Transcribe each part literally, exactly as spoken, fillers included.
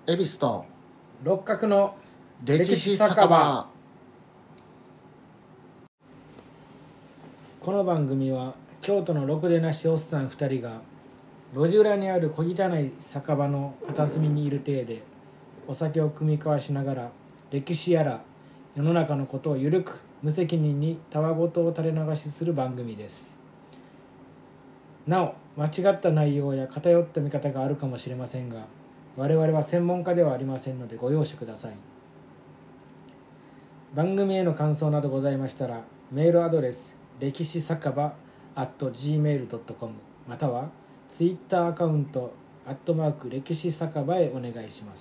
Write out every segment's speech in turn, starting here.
恵比寿と六角の歴史酒場。 この番組は京都のろくでなしおっさんふたりが路地裏にある小汚い酒場の片隅にいる体でお酒を酌み交わしながら歴史やら世の中のことをゆるく無責任にたわごとを垂れ流しする番組です。なお間違った内容や偏った見方があるかもしれませんが、我々は専門家ではありませんのでご容赦ください。番組への感想などございましたらメールアドレス歴史酒場 アットジーメールドットコム またはツイッターアカウントアットマーク歴史酒場へお願いします。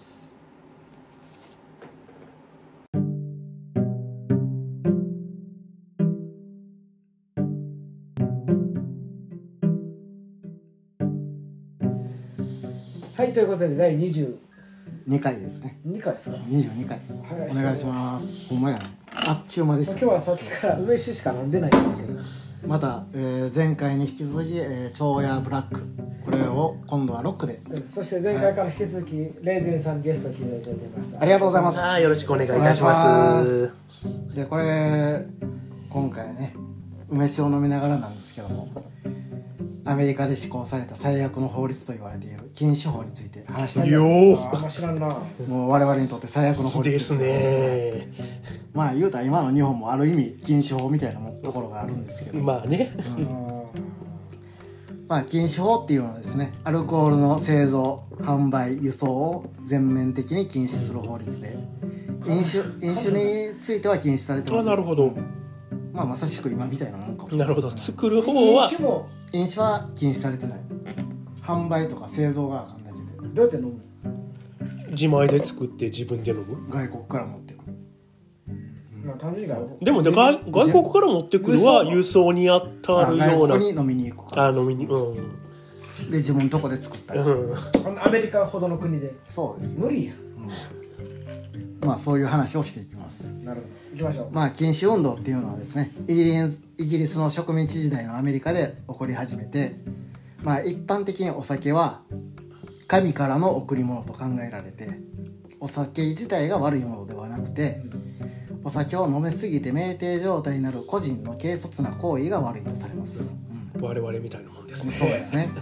はい、ということでだいにじゅうにかいですね。 にかいですか。 にじゅうにかい、はい、お願いします。ほんまやね、あっちゅう間でした、ね、 今日はさっきから梅酒しか飲んでないんですけど、 また、えー、前回に引き続き、えー、長屋ブラック、これを今度はロックで、 うん、そして前回から引き続き、はい、レイゼンさんゲスト来ていただいてます。 ありがとうございます。 あ、よろしくお願いいたします。 でこれ今回ね梅酒を飲みながらなんですけども、アメリカで施行された最悪の法律と言われている禁酒法について話したいと思います。 あんま知らんな。 もう我々にとって最悪の法律ですね。 まあ言うたら今の日本もある意味禁酒法みたいなところがあるんですけど、 まあね、 うん、まあ禁酒法っていうのはですね、アルコールの製造、販売、輸送を全面的に禁止する法律で、飲酒飲酒については禁止されてます。 あ、なるほど。 まあまさしく今みたいなもんかもしれない。 なるほど。作る方は飲酒も飲酒は禁止されてない。販売とか製造があかんだけで。 どうやって飲む？ 自前で作って自分で飲む。 外国から持ってくる。 まあ単純にでもで外外国から持ってくるは輸送に当たるような。 外国に飲みに行くか。 あ、飲みに、うん。 で自分のとこで作ったり。 うん、 アメリカほどの国で。 そうです。 無理や。 うん、まあそういう話をしていきます。 なるほど。行きましょう。 まあ禁酒運動っていうのはですね、イギリスイギリスの植民地時代のアメリカで起こり始めて、まあ一般的にお酒は神からの贈り物と考えられて、お酒自体が悪いものではなくて、お酒を飲みすぎて酩酊状態になる個人の軽率な行為が悪いとされます。うん、 我々みたいなもんですね。 そうですね。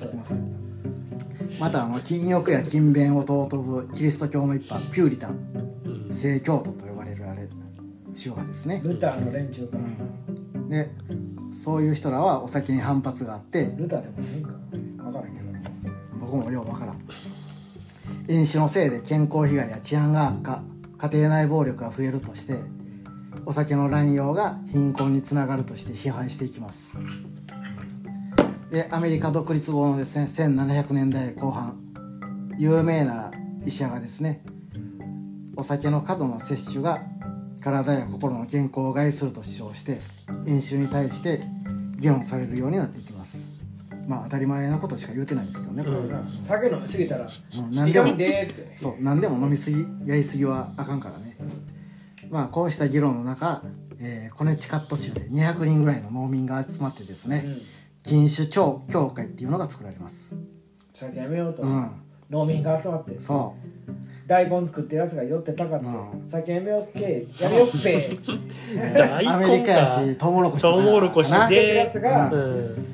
またあの禁欲や勤勉を尊ぶキリスト教の一派ピューリタン、うん、正教徒と呼ばれるあれ宗派ですね。 ルターの連中が、 うん、でそういう人らはお酒に反発があって、 ルターでもないんか分からんけど、 僕もよう分からん。飲酒のせいで健康被害や治安が悪化、家庭内暴力が増えるとして、お酒の乱用が貧困につながるとして批判していきます。でアメリカ独立後のですねせんななひゃくねんだいこう半、有名な医者がですね、お酒の過度な摂取が体や心の健康を害すると主張して飲酒に対して議論されるようになっていきます。まあ当たり前のことしか言うてないですけどね、これ、うん、 酒飲みすぎたら、 うん、何でもでってそう何でも飲みすぎやりすぎはあかんからね。まあこうした議論の中、えー、コネチカット州でにひゃくにんぐらいの農民が集まってですね、うん、禁酒協会っていうのが作られます。 酒やめようと、 うん、 農民が集まって、 そう大根作ってるやつが酔ってたかって、うん、酒やめよってやめよっぺアメリカやしトウモロコシとかトウモロコシでやつが、 うん、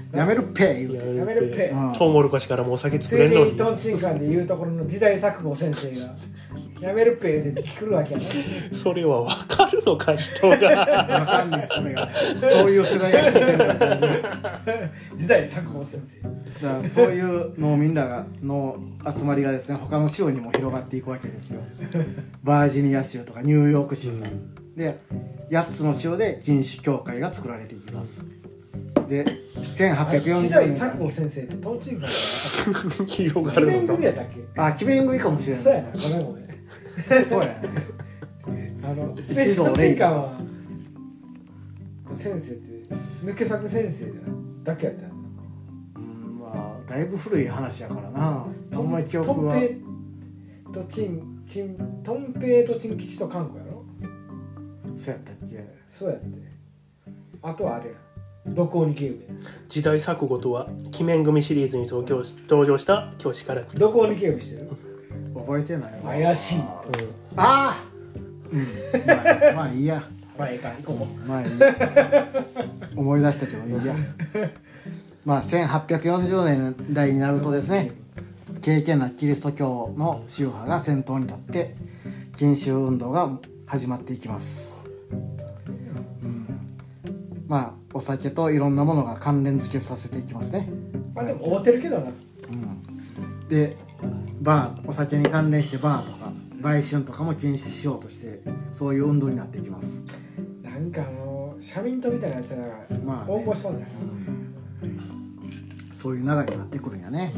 やめるっぺ言うてやめるっぺ、 うん、トウモロコシからもお酒作れるのに、 ついでにトンチンカンで言うところの時代錯誤先生がやめるっぺで来るわけやな。 それは分かるのか人が分かんない、それがそういう世代が来てるから大丈夫時代錯誤先生だからそういう農民らがの集まりがですね他の州にも広がっていくわけですよ。バージニア州とかニューヨーク州、うん、でやっつの州で禁酒協会が作られていきます。でせんはっぴゃくよんじゅうねん時代錯誤先生ってトンチンカンが広がるのか。 キベン組やったっけ？ あ、キベン組かもしれない。 そうやな、ごめんごめんそうやねあの一同トンチンカンは先生って抜け作先生だけやったよな。 うん、まあだいぶ古い話やからな。あんまり記憶は。 トンペイとチンチントンペイとチン吉とカンコやろ。 そうやったっけ？ そうやって。あとはあれや。どこに警部時代錯誤とは鬼面組シリーズに登場し登場した教師からどこに警部してる覚えてないわ。 怪しい。 ああ、うん、まあ、まあいいや。 まあいいか、行こう。 まあいい。思い出したけどいいや。まあせんはっぴゃくよんじゅうねんだいになるとですね、敬虔なキリスト教の宗派が先頭に立って禁酒運動が始まっていきます。うん、まあお酒といろんなものが関連付けさせていきますね。 まあでも合うてるけどな。 うん、でバー、お酒に関連してバーとか売春とかも禁止しようとして、そういう運動になっていきます。 なんかあの社民党みたいなやつがまあね、 応募しとんだよな、 うん、そういう流れになってくるんやね。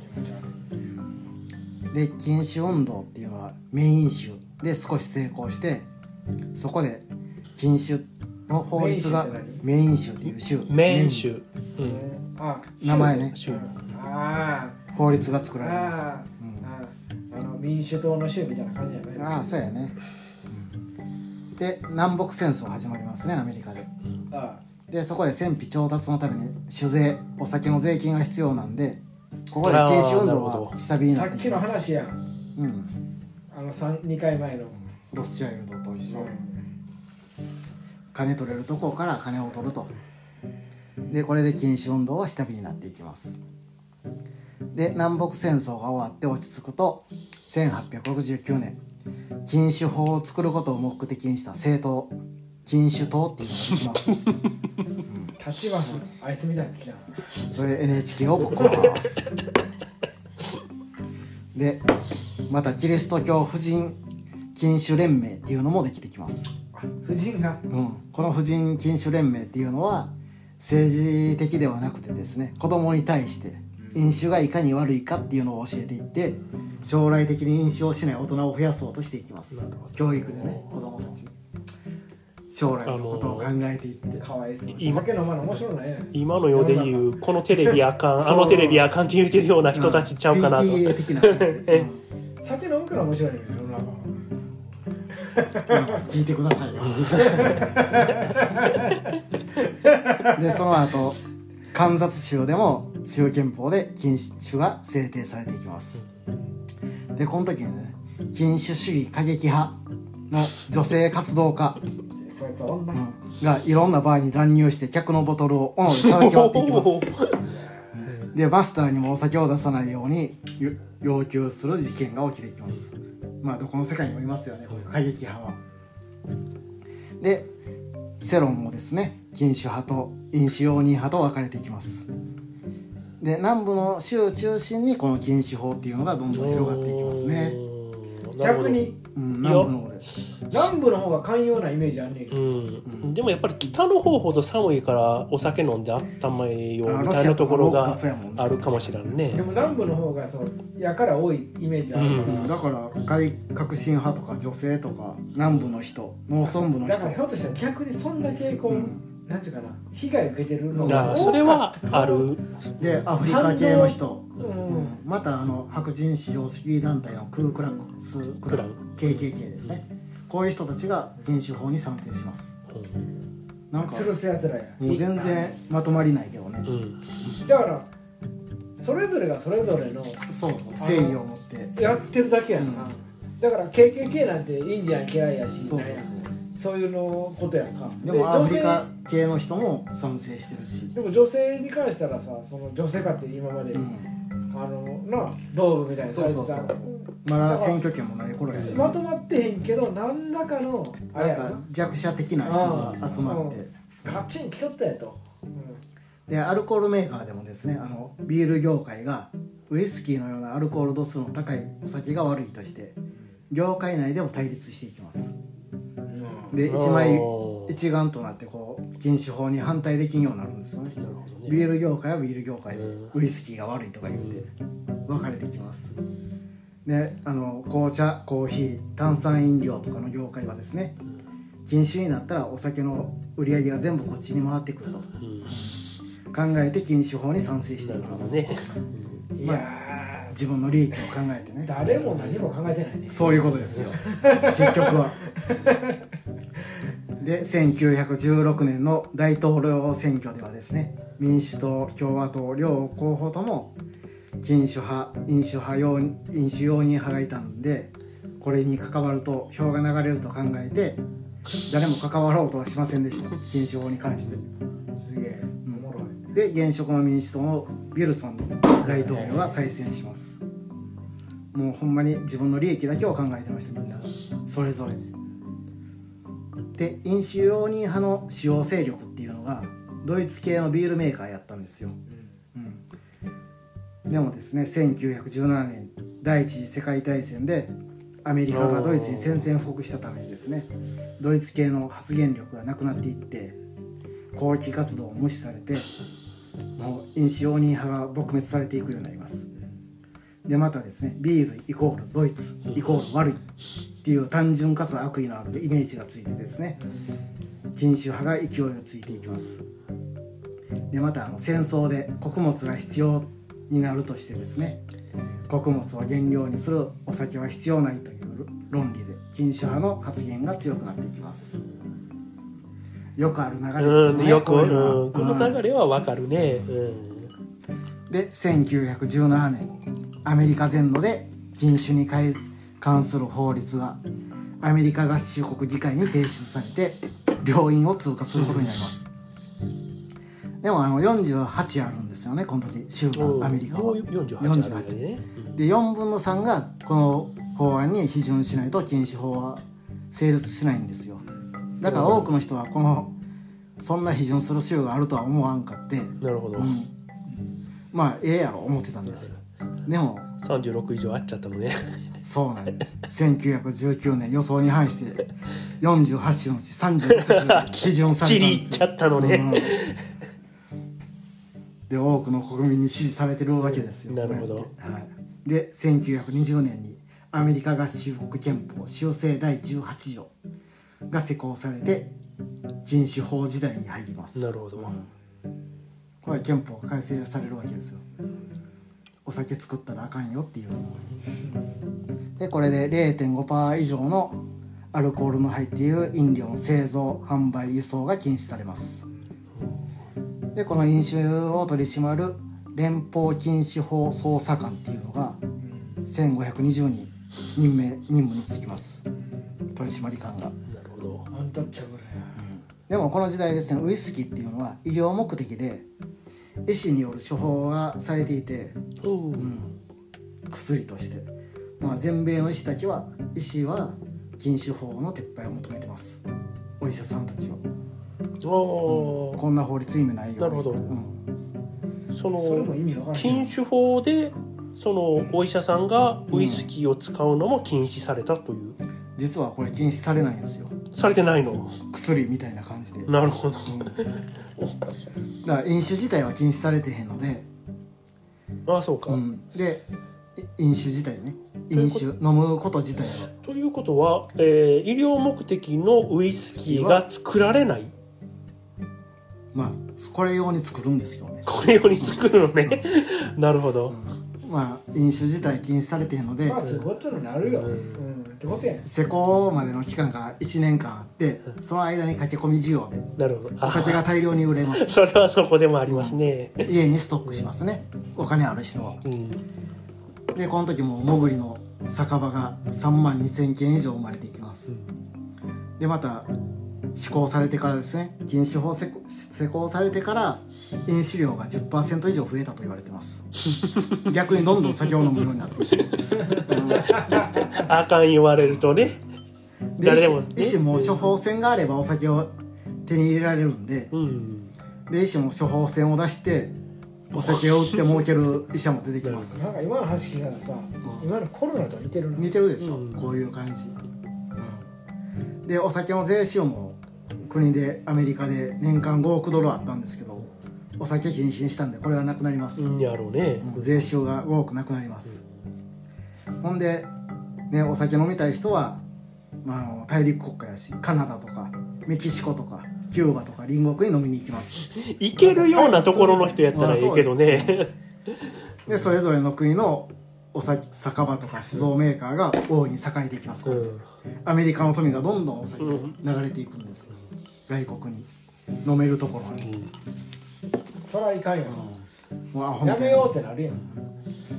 で禁酒運動っていうのはメイン州で少し成功して、そこで禁酒の法律がメイン州っていう州、 メイン州、うん、 あ名前ね、 あ法律が作られます。 あ、うん、あの民主党の州みたいな感じじゃない。 ああそうやね、うん、で南北戦争始まりますね、アメリカで。ああでそこで戦費調達のために酒税、お酒の税金が必要なんで、ここで禁酒運動は下火になってきます。 さっきの話やん、うん、あのにかいまえのロスチャイルドと一緒、うん、金取れるとこから金を取ると。でこれで禁酒運動は下火になっていきます。で南北戦争が終わって落ち着くとせんはっぴゃくろくじゅうきゅうねん、禁酒法を作ることを目的にした政党、禁酒党っていうのができます、うん、 立花アイスみたいに来たな。 それ エヌエイチケー をぶっ壊す。でまたキリスト教婦人禁酒連盟っていうのもできてきます。 婦人が、 うん、この婦人禁酒連盟っていうのは政治的ではなくてですね、子供に対して飲酒がいかに悪いかっていうのを教えていって、将来的に飲酒をしない大人を増やそうとしていきます。教育でね、子供たちに将来のことを考えていって。 かわいそう。酒飲まの面白いね。 今の世で言うこのテレビあかん、あのテレビあかんって言ってるような人たちちゃうかなと。 ピーティーエー 的な感じ、うん、 酒飲むから面白いね、世の中は。 聞いてくださいよ。でその後カンザス州でも州憲法で禁酒が制定されていきます。でこの時にね、禁酒主義過激派の女性活動家、うん、がいろんなバーに乱入して客のボトルを斧で叩き割っていきます。でマスターにもお酒を出さないように要求する事件が起きていきます。まあどこの世界にもいますよね、こういう過激派は。で世論もですね、禁酒派と飲酒容認派と分かれていきます。で南部の州中心にこの禁酒法っていうのがどんどん広がっていきますね。 逆に、 うん、南部の方で南部の方が寛容なイメージあんねんけど、うんうん、でもやっぱり北の方ほど寒いからお酒飲んであったまえようみたいなところがあるかもしれんね。 でも南部の方がそうやから多いイメージあるから、うん、 だから外革新派とか女性とか南部の人、農村部の人だからひょっとしたら逆にそんだけこう、うん、なんていうかな、被害受けてるのがそれはある。 でアフリカ系の人、うん、またあの白人至上主義団体のクークラックスクラブ ケーケーケー ですね、こういう人たちが禁酒法に賛成します、うん、なんか吊るすやつらやもう全然まとまりないけどね、うん、 だからそれぞれがそれぞれのそうそう正義を持ってやってるだけやんな、うん、だから ケーケーケー なんてインディアン嫌いやし、そうそうそう、そういうのことやんか。 でもアフリカ系の人も賛成してるし、 でも女性に関したらさ、その女性かって今まで、うん、あのな道具みたいなそうそうそう、まだ選挙権もない頃やし、 まとまってへんけど何らかのあれやなんか弱者的な人が集まってカチン来とったやと、うん、 でアルコールメーカーでもですね、あのビール業界がウイスキーのようなアルコール度数の高いお酒が悪いとして業界内でも対立していきます。で一枚一丸となってこう禁酒法に反対できんようになるんですよね。なるほどね。ビール業界はビール業界でウイスキーが悪いとか言うて分かれていきます。であの紅茶、コーヒー、炭酸飲料とかの業界はですね、禁酒になったらお酒の売り上げが全部こっちに回ってくると、うん、考えて禁酒法に賛成していきます、ね、まあ、いや自分の利益を考えてね。 誰も何も考えてないね。 そういうことですよ結局はでせんきゅうひゃくじゅうろくねんの大統領選挙ではですね、民主党、共和党両候補とも禁酒派飲酒派用飲酒容認派がいたんで、これに関わると票が流れると考えて誰も関わろうとはしませんでした禁酒法に関して。 すげえおもろい。 で現職の民主党のウィルソン大統領が再選します。もうほんまに自分の利益だけを考えてましたみんながそれぞれで。飲酒容認派の主要勢力っていうのがドイツ系のビールメーカーやったんですよ、うん、でもですねせんきゅうひゃくじゅうななねん第一次世界大戦でアメリカがドイツに宣戦布告したためにですね、ドイツ系の発言力がなくなっていって抗議活動を無視されて、もう飲酒容認派が撲滅されていくようになります。でまたですね、ビールイコールドイツイコール悪いっていう単純かつ悪意のあるイメージがついてですね、禁酒派が勢いをついていきます。でまたあの戦争で穀物が必要になるとしてですね、穀物を原料にするお酒は必要ないという論理で禁酒派の発言が強くなっていきます。よくある流れですよね。 よく、 こううん、この流れはわかるね、うん、 でせんきゅうひゃくじゅうななねんアメリカ全土で禁酒に関する法律がアメリカ合衆国議会に提出されて両院を通過することになります。でもあのよんじゅうはちあるんですよね、この時州がアメリカはよんじゅうはちあるね。 でよんぶんのさんがこの法案に批准しないと禁酒法は成立しないんですよ。だから多くの人はこのそんな批准する州があるとは思わんかって、 なるほど、 うん、まあええやろ思ってたんですよ。でもさんじゅうろく以上あっちゃったのね。 そうなんです。せんきゅうひゃくじゅうきゅうねん予想に反してよんじゅうはち州のうちさんじゅうろく州が批准されたんですよ。 チリいっちゃったのね、 うん、で多くの国民に支持されてるわけですよ。 なるほど、 はい、でせんきゅうひゃくにじゅうねんにアメリカ合衆国憲法修正だいじゅうはち条が施行されて禁酒法時代に入ります。 なるほど、うん、 これ憲法が改正されるわけですよ。お酒作ったらあかんよっていうので、これで れいてんごパーセント 以上のアルコールの入っている飲料の製造販売輸送が禁止されます。でこの飲酒を取り締まる連邦禁酒法捜査官っていうのがせんごひゃくにじゅうにん任命任務につきます、取締官が。なるほど、 アンタッチャブルや、 うん、でもこの時代ですね、ウイスキーっていうのは医療目的で医師による処方がされていて、うん、薬として、まあ、全米の医師たちは医師は禁酒法の撤廃を求めてます。お医者さんたちは、 お、 うん、こんな法律意味ないよ。 なるほど、うん、そのそれも意味わからない。禁酒法でそのお医者さんがウイスキーを使うのも禁止されたという、うん、 実はこれ禁止されないんですよ。 されてないの？ 薬みたいな感じで。 なるほど、うん、だから飲酒自体は禁止されてへんので。 ああそうか、 うん、で飲酒自体ね、飲酒飲むこと自体はということは、えー、医療目的のウイスキーが作られない。 まあこれ用に作るんですよね。 これ用に作るのねなるほど、 うん、まあ飲酒自体禁止されてへんので、 まあそういうことになるよ、うんうん、ってことやん。 施行までの期間がいちねんかんあって、その間に駆け込み需要でなるほど、 お酒が大量に売れます。 それはそこでもありますね、 うん、家にストックしますね、お金ある人は、うん、でこの時ももぐりの酒場がさんまんにせんけん以上生まれていきます、うん、でまた施行されてからですね、禁酒法施行されてから飲酒量が じゅっパーセント 以上増えたと言われてます逆にどんどん酒を飲むようになっていく、うん、 あかん言われるとね、 で誰でも、ね、医師も処方箋があればお酒を手に入れられるんで、うん、で医師も処方箋を出してお酒を売って儲ける医者も出てきます。 なんか今の話聞いたらさ、うん、今のコロナと似てるな。 似てるでしょ、うん、こういう感じ、うん、でお酒の税収も国でアメリカで年間ごおくドルあったんですけど、お酒禁止にしたんでこれがなくなります、 うん、やろうね、 うん、税収がごおくなくなります、うん、ほんで、ね、お酒飲みたい人は、まあ、大陸国家やしカナダとかメキシコとかキューバとか隣国に飲みに行きます。 行けるようなところの人やったらいいけどね。 でそれぞれの国のお酒酒場とか酒造メーカーが大いに栄えていきます。これで、うん、アメリカの富がどんどんお酒に流れていくんですよ、うん、外国に飲めるところに、うん、 それはいかんよ、 うん、もうアホみたいなやめようってなるやん、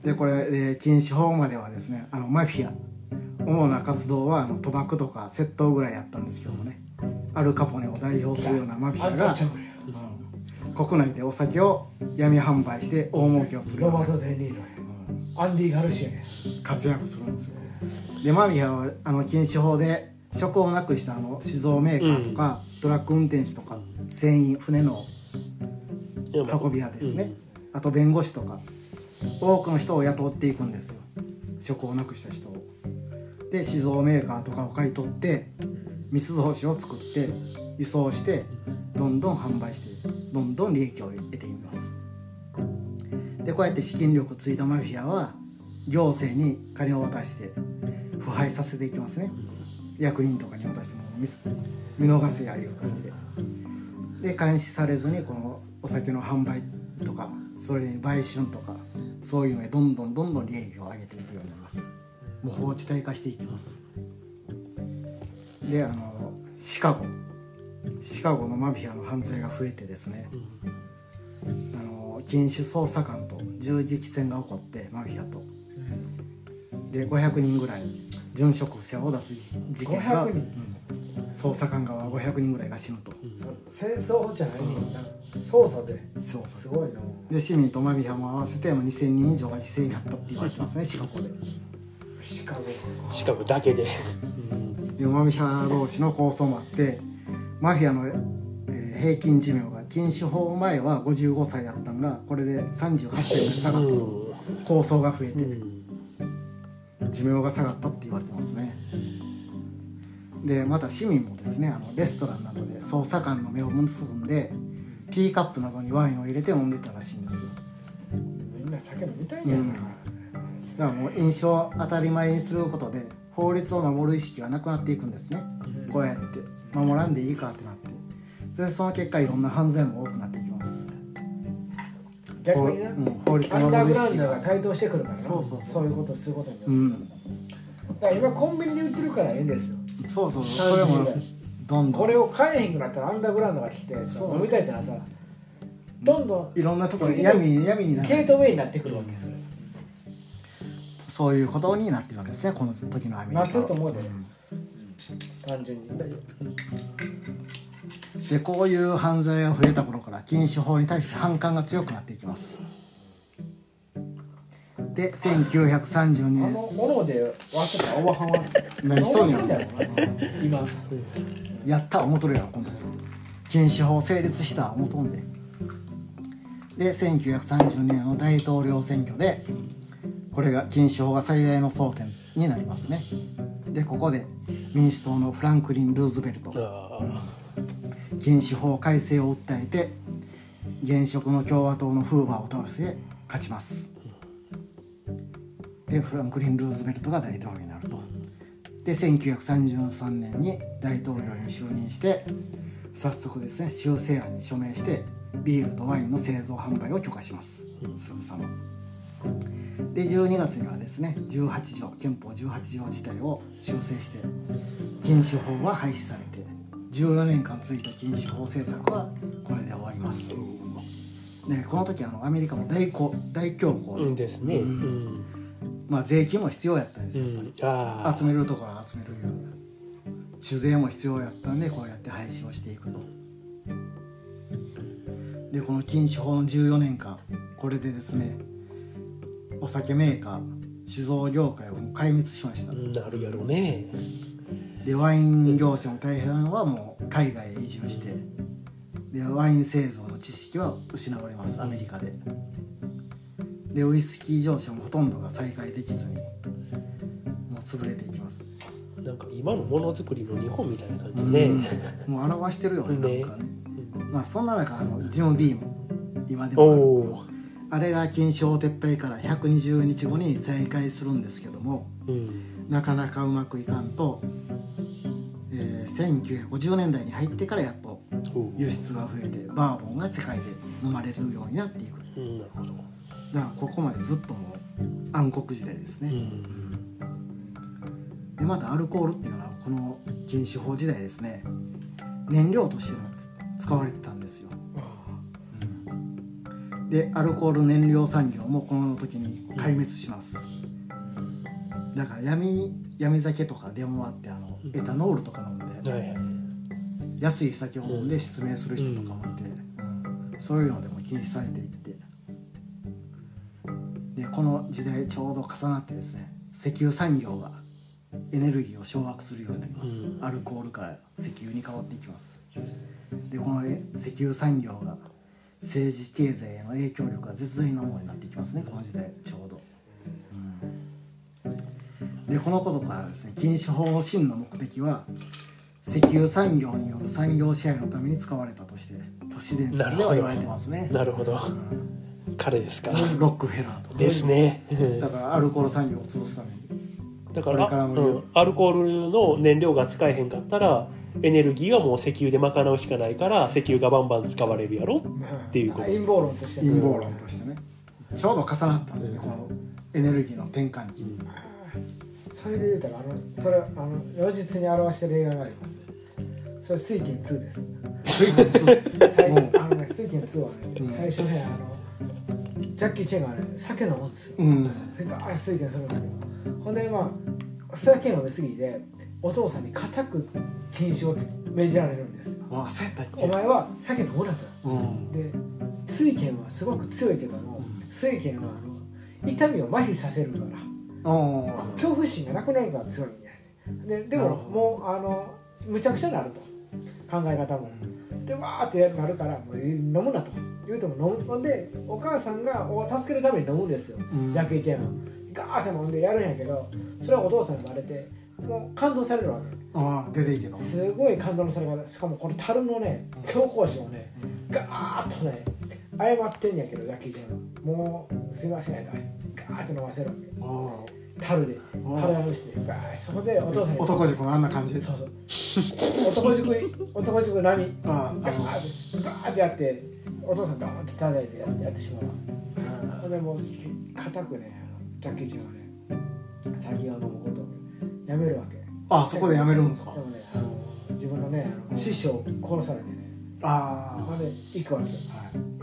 でこれで禁止法まではですね、あのマフィア主な活動はあの賭博とか窃盗ぐらいやったんですけどもね、アルカポネを代表するようなマフィアが、うん、国内でお酒を闇販売して大儲けをするような、 ロバート・デ・ニーロや、うん、アンディ・ガルシアや活躍するんですよ。でマフィアはあの禁止法で職をなくしたあの酒造メーカーとか、うん、トラック運転手とか船員、船の運び屋ですね、うん、あと弁護士とか多くの人を雇っていくんですよ、職をなくした人を。で酒造メーカーとかを買い取って密造酒を作って輸送してどんどん販売してどんどん利益を得ています。でこうやって資金力ついたマフィアは行政に金を渡して腐敗させていきますね。役人とかに渡しても見逃せやいう感じで、で監視されずにこのお酒の販売とかそれに売春とかそういうのでどんどんどんどん利益を上げていくようになります。もう法治体化していきます。であのシカゴシカゴのマフィアの犯罪が増えてですね、あの禁酒捜査官と銃撃戦が起こってマフィアとでごひゃくにんぐらい殉職者を出す事件が、うん、捜査官側ごひゃくにんぐらいが死ぬと、うん、 戦争じゃないねんな、捜査で、そうそうすごいな。 で市民とマフィアも合わせてにせんにん以上が犠牲になったって言われてますねシカゴで。 シカゴシカゴだけででマフィア同士の抗争もあってマフィアの、えー、平均寿命が禁酒法前はごじゅうごさいだったのがこれでさんじゅうはっさいまで下がったと、抗争が増えて、うん、寿命が下がったって言われてますね。でまた市民もですね、あのレストランなどで捜査官の目を結んでティーカップなどにワインを入れて飲んでたらしいんですよ。 みんな酒飲みたいんやな、うん、だからもう飲酒を当たり前にすることで法律を守る意識がなくなっていくんですね、うん、こうやって守らんでいいかってなって、でその結果いろんな犯罪も多くなっていきます。 逆にな、うん、 法律を守る意識がアンダーグラウンドが台頭してくるからな、 そうそうそう、 そういうことをすることによって、 うん、 だから今コンビニで売ってるからええんですよ。 そうそうそう、それもどんどんこれを買えへんくなったらアンダーグラウンドが来て飲みたいってなったらどんどんいろんなところ闇闇になるゲートウェイになってくるわけですよ、うん、 そういうことになってるわけですね、この時のアメリカは。 なってると思うで、うん、単純に。 でこういう犯罪が増えた頃から禁酒法に対して反感が強くなっていきます。でせんきゅうひゃくさんじゅうにねん、 あの物で割ってたおばはんは何しとんねん今やった思っとるやろこの時。禁酒法成立した思っとんで。でせんきゅうひゃくさんじゅうにねんの大統領選挙でこれが禁酒法が最大の争点になりますね。でここで民主党のフランクリン・ルーズベルト、うん、禁酒法改正を訴えて現職の共和党のフーバーを倒して勝ちます。でフランクリン・ルーズベルトが大統領になると。でせんきゅうひゃくさんじゅうさんねんに大統領に就任して早速ですね修正案に署名してビールとワインの製造販売を許可します、すぐさま。でじゅうにがつにはですねじゅうはちじょう憲法じゅうはちじょう自体を修正して禁酒法は廃止されてじゅうよねんかん続いた禁酒法政策はこれで終わります。でこの時あのアメリカも大こ大恐慌で、 うんですね、うんうん、 まあ税金も必要やったんですよ、やっぱり、うん、あ集めるところは集めるように酒税も必要やったんでこうやって廃止をしていくと。でこの禁酒法のじゅうよねんかんこれでですねお酒メーカー酒造業界を壊滅しました。 なるやろうね。 でワイン業者の大半はもう海外へ移住してでワイン製造の知識は失われます、アメリカで。でウイスキー業者もほとんどが再開できずにもう潰れていきます。 なんか今のものづくりの日本みたいな感じね、 うん、もう表してるよね、ねなんかね、うん、まあそんな中あのジムビーム今でもあれが禁酒法撤廃からひゃくにじゅうにちごに再開するんですけども、うん、なかなかうまくいかんと、えー、せんきゅうひゃくごじゅうねんだいに入ってからやっと輸出が増えてバーボンが世界で飲まれるようになっていく、 うん、なるほど。 だからここまでずっともう暗黒時代ですね、うんうん、でまたアルコールっていうのはこの禁酒法時代ですね燃料としても使われてたんですよ、うん、 でアルコール燃料産業もこの時に壊滅します、うん、だから闇闇酒とかでもあってあのエタノールとか飲んで、はいはい、安い酒を飲んで失明する人とかもいて、うんうん、そういうのでも禁止されていって、でこの時代ちょうど重なってですね、石油産業がエネルギーを掌握するようになります、うん、アルコールから石油に変わっていきます。でこの石油産業が政治経済への影響力が絶大なものになっていきますね、この時代ちょうど、うん、でこのことからですね、禁酒法の真の目的は石油産業による産業支配のために使われたとして都市伝説では言われてますね。 なるほど、彼ですか、 ロックフェラーとかですねだからアルコール産業を潰すために、 だからから、うん、アルコールの燃料が使えへんかったらエネルギーはもう石油で賄うしかないから石油がバンバン使われるやろっていうこと、 陰謀論として陰謀論としてね、ちょうど重なったんで、ね、このエネルギーの転換期に、 それで言うたらあのそれあの如実に表している映画があります。それ水拳ツーです。 水拳ツーあのね、水拳ツーはね、うん、最初ねあのジャッキー・チェンがね酒飲むんですよ、うん、それから水拳するんですけど、ほんでまあ酒飲みすぎてお父さんに固く禁止を命じられるんですよ。 ああ、そうやったっけ。 お前は酒飲むなと、うん、で水拳はすごく強いけども、うん、水拳はあの痛みを麻痺させるから、うん、恐怖心がなくなるから強いんやね。ででももうあのむちゃくちゃになると考え方も、うん、でわーってなるからもう飲むなと言うても飲むんで、お母さんがを助けるために飲むんですよ、うん、ジャッキー・チェンはガーって飲んでやるんやけど、それはお父さんにバレてもう感動されるわけ。 ああ、出ていいけどすごい感動のされ方。しかもこの樽のね強行使をね、うん、ガーッとね謝ってんやけど、ジャッキー・チェンはもうすいませんねガーッて飲ませるわけ。樽で体をしてガーッ、そこでお父さんに男塾のあんな感じで、 そうそう男塾男塾並みガーッガーッてやってお父さんガーッて叩いてやってしまう。でもう固くねジャッキー・チェンはね酒を飲むことをやめるわけ。 あ、そこでやめるんですか。 でもね、あの自分のねあの師匠を殺されてね、ああ、で行くわけ、はい、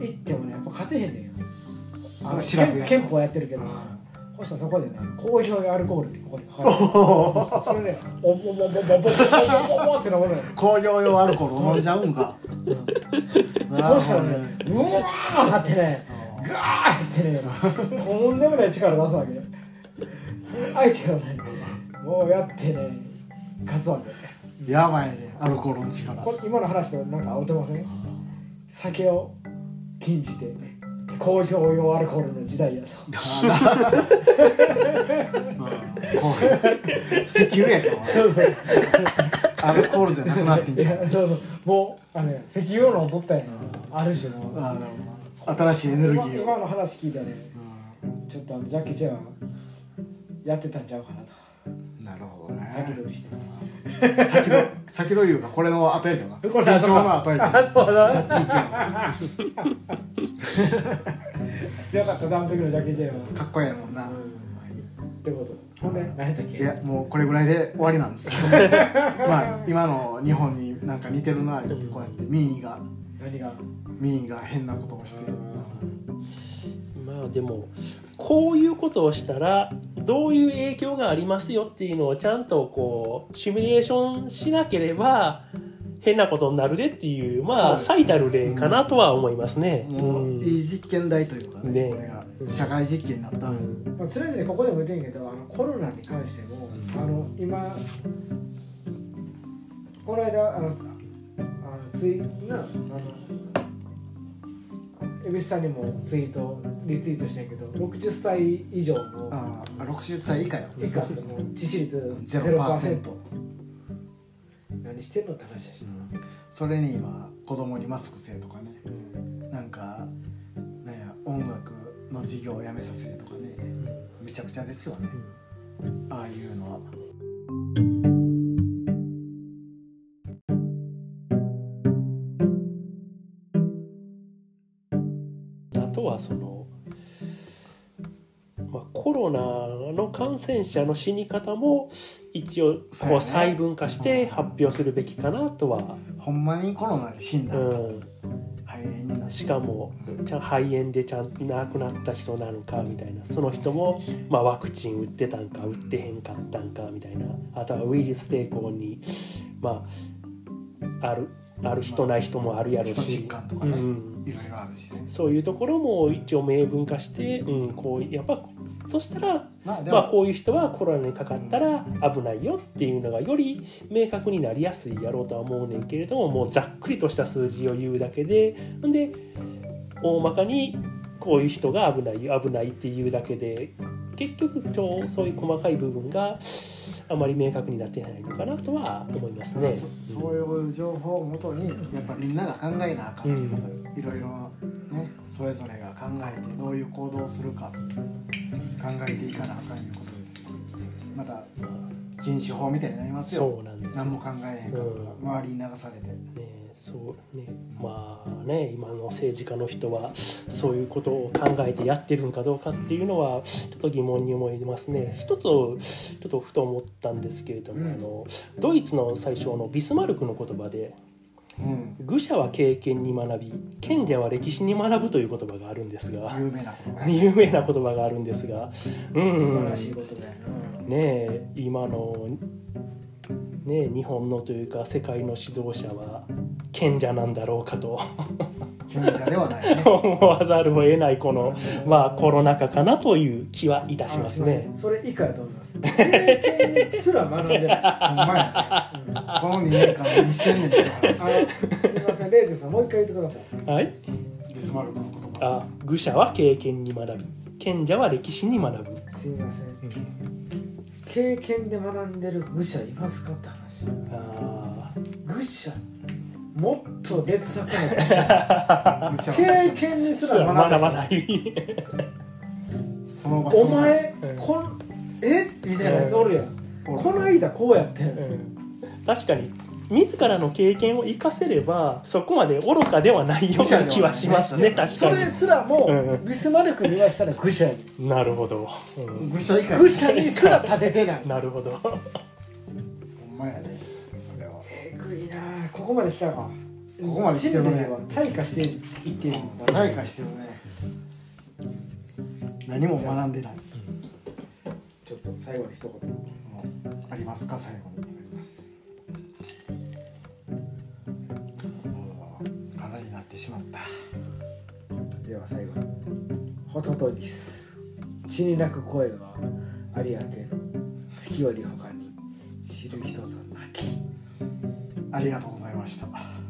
行ってもねやっぱ勝てへんねんよ。あの憲, 憲法やってるけど、そしたらそこでね公表アルコールってここに書かれてる。それねおぼぼぼぼぼぼぼぼって飲むのよ。 工業用アルコール飲んじゃうんか。 うん、そしたらねうわーってねガーってねとんでもない力出すわけ。相手をねもうやってね勝つわけ。 やばいね、アルコールの力。 これ今の話となんか合うてません？酒を禁じて公表用アルコールの時代やと。 石油やからアルコールじゃなくなってんじゃん。 そうそう、もうあの、ね、石油を飲んったんやな、ある種のあ新しいエネルギーを。 今, 今の話聞いてね、ちょっとあのジャッキー・チェンはやってたんちゃうかなと。 なるほどね。 先取りして先取り先取りいうかこれの後やけどな。これの後やけど。 強かったな、あの時のジャッキー・チェンは。 かっこええもんな。 ってこと。ほんで何やったっけ？ いやもうこれぐらいで終わりなんですけど。まあ今の日本になんか似てるなってこうやって民意が何が民意が変なことをして。 まあでもこういうことをしたらどういう影響がありますよっていうのをちゃんとこうシミュレーションしなければ変なことになるでっていうまあ最たる例かなとは思いますね。 うん、もういい実験台というか ね, ねこれが社会実験になった、うん、 まあ、常々ここでも言ってるけど、あのコロナに関しても、うん、あの今この間あのあのツイなあの蛭子さんにもツイートリツイートしたけど、ろくじゅっさい以上のああろくじゅっさい以下よ以下ってもう致死率 ゼロパーセント 何してんのって話だし、 うん、それに今子供にマスクせえとかね、うん、なんかなんや音楽の授業をやめさせとかね、うん、めちゃくちゃですよね、うん、ああいうのは。 あとはその、まあ、コロナの感染者の死に方も一応こう細分化して発表するべきかなとは、 ほんまにコロナで死んだのか、 うん、 肺炎になって、 しかもちゃん肺炎でちゃんと亡くなった人なのかみたいな、その人も、まあ、ワクチン打ってたんか打ってへんかったんかみたいな、あとはウイルス抵抗に、まあ、あるある人ない人もあるやろうし、 基礎疾患とかね、 うん、 いろいろあるしね、 そういうところも一応明文化して、うん、こうやっぱそしたら、 まあでも、 まあ、こういう人はコロナにかかったら危ないよっていうのがより明確になりやすいやろうとは思うねんけれども、もうざっくりとした数字を言うだけで、んで大まかにこういう人が危ない危ないっていうだけで、結局そういう細かい部分があまり明確になってないのかなとは思いますね。 そ, そういう情報をもとにやっぱみんなが考えなあかんっていうことで、うん、いろいろねそれぞれが考えてどういう行動をするか考えていかなあかんいうことですよ。また禁止法みたいになりますよ。 そうなんです。 何も考えへんかったら、うん、周りに流されて、ね、 そうね、まあね、今の政治家の人はそういうことを考えてやってるのかどうかっていうのはちょっと疑問に思いますね。一つちょっとふと思ったんですけれども、うん、あのドイツの最初のビスマルクの言葉で、うん、愚者は経験に学び、賢者は歴史に学ぶという言葉があるんですが、 有名な言葉、 有名な言葉があるんですが、 うん、素晴らしい言葉やな。 ねえ、今のね、日本のというか世界の指導者は賢者なんだろうかと賢者ではないね思わざるを得ないこの、まあ、コロナ禍かなという気はいたしますね。 それ以下やと思います。経験すら学んでない。 ほんまやね、うん、このにねんかん何してんねんっていう話。 すいません、レイズさんもう一回言ってください。 はい、 ビスマルクの言葉。 あ、愚者は経験に学び、賢者は歴史に学ぶ。 すいません、うん、経験で学んでる愚者いますかって話。あ、愚者もっと劣悪な愚者経験にすら学ばないその場お前、うん、こんえみたいなやつおるやん、うん、この間こうやってん、うん、 確かに自らの経験を生かせればそこまで愚かではないような気はしますね。確かにそれすらも、うん、ビスマルクに言わしたら愚者になるほど、 うん、愚者以下愚者にすら立ててないなるほどほんまやね。それはえぐいな。ここまで来たか。 ここまで来てるね。 退化していってるんだ。 退化してるね。何も学んでない。 ちょっと最後に一言ありますか。最後にあります。空になってしまった。 では最後にホトトギス血に泣く声は有明の月より他に知る人ぞなき。 ありがとうございました。